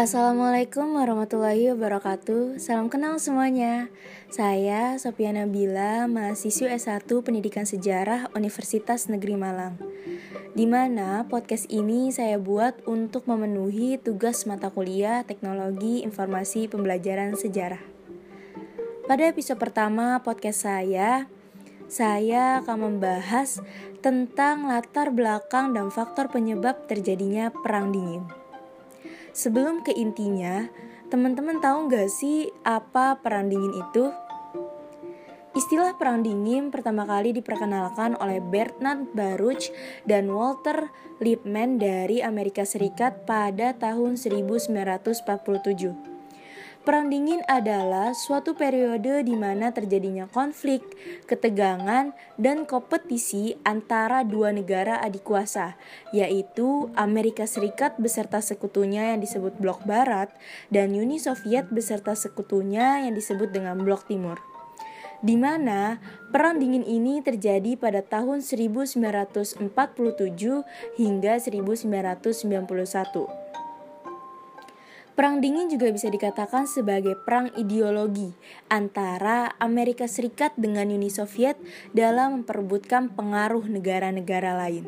Assalamualaikum warahmatullahi wabarakatuh. Salam kenal semuanya. Saya Sophia Nabila, mahasiswi S1 Pendidikan Sejarah Universitas Negeri Malang. Di mana podcast ini saya buat untuk memenuhi tugas mata kuliah Teknologi Informasi Pembelajaran Sejarah. Pada episode pertama podcast saya akan membahas tentang latar belakang dan faktor penyebab terjadinya Perang Dingin. Sebelum ke intinya, teman-teman tahu nggak sih apa Perang Dingin itu? Istilah Perang Dingin pertama kali diperkenalkan oleh Bernard Baruch dan Walter Lippmann dari Amerika Serikat pada tahun 1947. Perang Dingin adalah suatu periode di mana terjadinya konflik, ketegangan, dan kompetisi antara dua negara adikuasa, yaitu Amerika Serikat beserta sekutunya yang disebut Blok Barat dan Uni Soviet beserta sekutunya yang disebut dengan Blok Timur. Di mana Perang Dingin ini terjadi pada tahun 1947 hingga 1991. Perang Dingin juga bisa dikatakan sebagai perang ideologi antara Amerika Serikat dengan Uni Soviet dalam memperebutkan pengaruh negara-negara lain.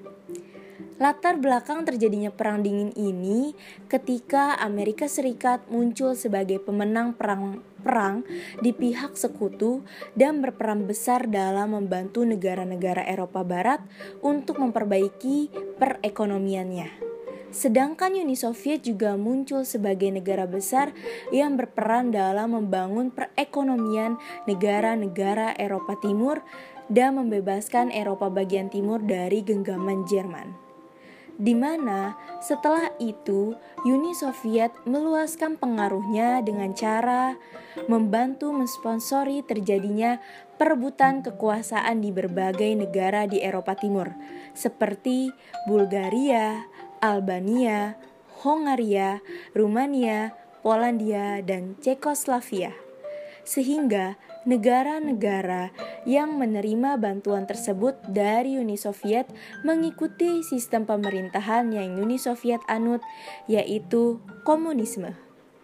Latar belakang terjadinya Perang Dingin ini ketika Amerika Serikat muncul sebagai pemenang perang di pihak sekutu dan berperan besar dalam membantu negara-negara Eropa Barat untuk memperbaiki perekonomiannya. Sedangkan Uni Soviet juga muncul sebagai negara besar yang berperan dalam membangun perekonomian negara-negara Eropa Timur dan membebaskan Eropa bagian timur dari genggaman Jerman. Di mana setelah itu Uni Soviet meluaskan pengaruhnya dengan cara membantu mensponsori terjadinya perebutan kekuasaan di berbagai negara di Eropa Timur seperti Bulgaria, Albania, Hongaria, Rumania, Polandia, dan Cekoslovakia. Sehingga negara-negara yang menerima bantuan tersebut dari Uni Soviet mengikuti sistem pemerintahan yang Uni Soviet anut, yaitu komunisme.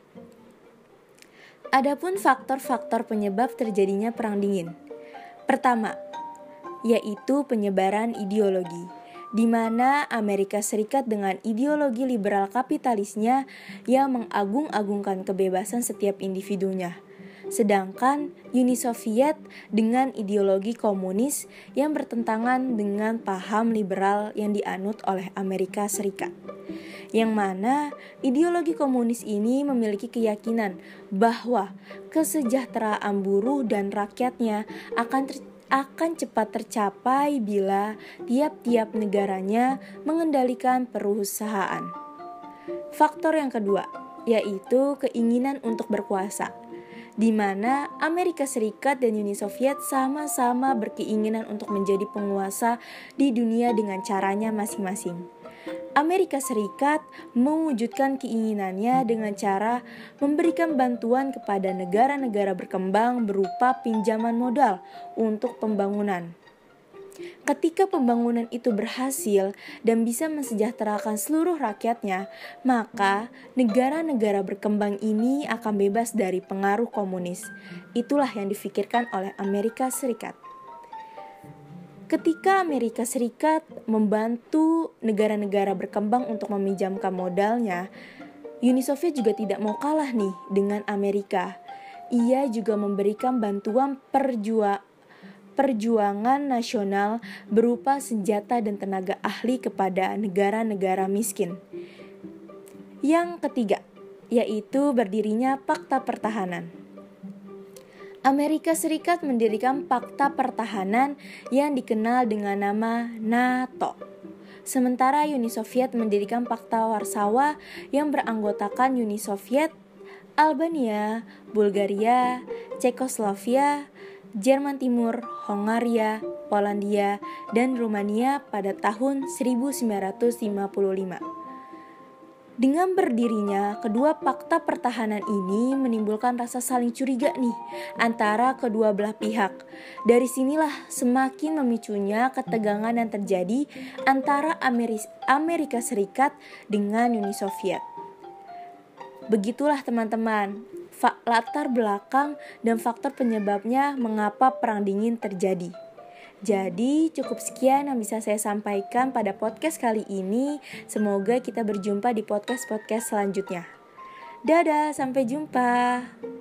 Adapun faktor-faktor penyebab terjadinya Perang Dingin. Pertama, yaitu penyebaran ideologi, di mana Amerika Serikat dengan ideologi liberal kapitalisnya yang mengagung-agungkan kebebasan setiap individunya. Sedangkan Uni Soviet dengan ideologi komunis yang bertentangan dengan paham liberal yang dianut oleh Amerika Serikat. Yang mana ideologi komunis ini memiliki keyakinan bahwa kesejahteraan buruh dan rakyatnya akan cepat tercapai bila tiap-tiap negaranya mengendalikan perusahaan. Faktor yang kedua, yaitu keinginan untuk berkuasa, di mana Amerika Serikat dan Uni Soviet sama-sama berkeinginan untuk menjadi penguasa di dunia dengan caranya masing-masing. Amerika Serikat mewujudkan keinginannya dengan cara memberikan bantuan kepada negara-negara berkembang berupa pinjaman modal untuk pembangunan. Ketika pembangunan itu berhasil dan bisa mensejahterakan seluruh rakyatnya, maka negara-negara berkembang ini akan bebas dari pengaruh komunis. Itulah yang difikirkan oleh Amerika Serikat. Ketika Amerika Serikat membantu negara-negara berkembang untuk meminjamkan modalnya, Uni Soviet juga tidak mau kalah nih dengan Amerika. Ia juga memberikan bantuan perjuangan nasional berupa senjata dan tenaga ahli kepada negara-negara miskin. Yang ketiga, yaitu berdirinya Pakta Pertahanan. Amerika Serikat mendirikan Pakta Pertahanan yang dikenal dengan nama NATO. Sementara Uni Soviet mendirikan Pakta Warsawa yang beranggotakan Uni Soviet, Albania, Bulgaria, Cekoslovakia, Jerman Timur, Hongaria, Polandia, dan Rumania pada tahun 1955. Dengan berdirinya kedua Pakta Pertahanan ini menimbulkan rasa saling curiga nih antara kedua belah pihak. Dari sinilah semakin memicunya ketegangan yang terjadi antara Amerika Serikat dengan Uni Soviet. Begitulah teman-teman, latar belakang dan faktor penyebabnya mengapa perang dingin terjadi. Jadi cukup sekian yang bisa saya sampaikan pada podcast kali ini. Semoga kita berjumpa di podcast-podcast selanjutnya. Dadah, sampai jumpa.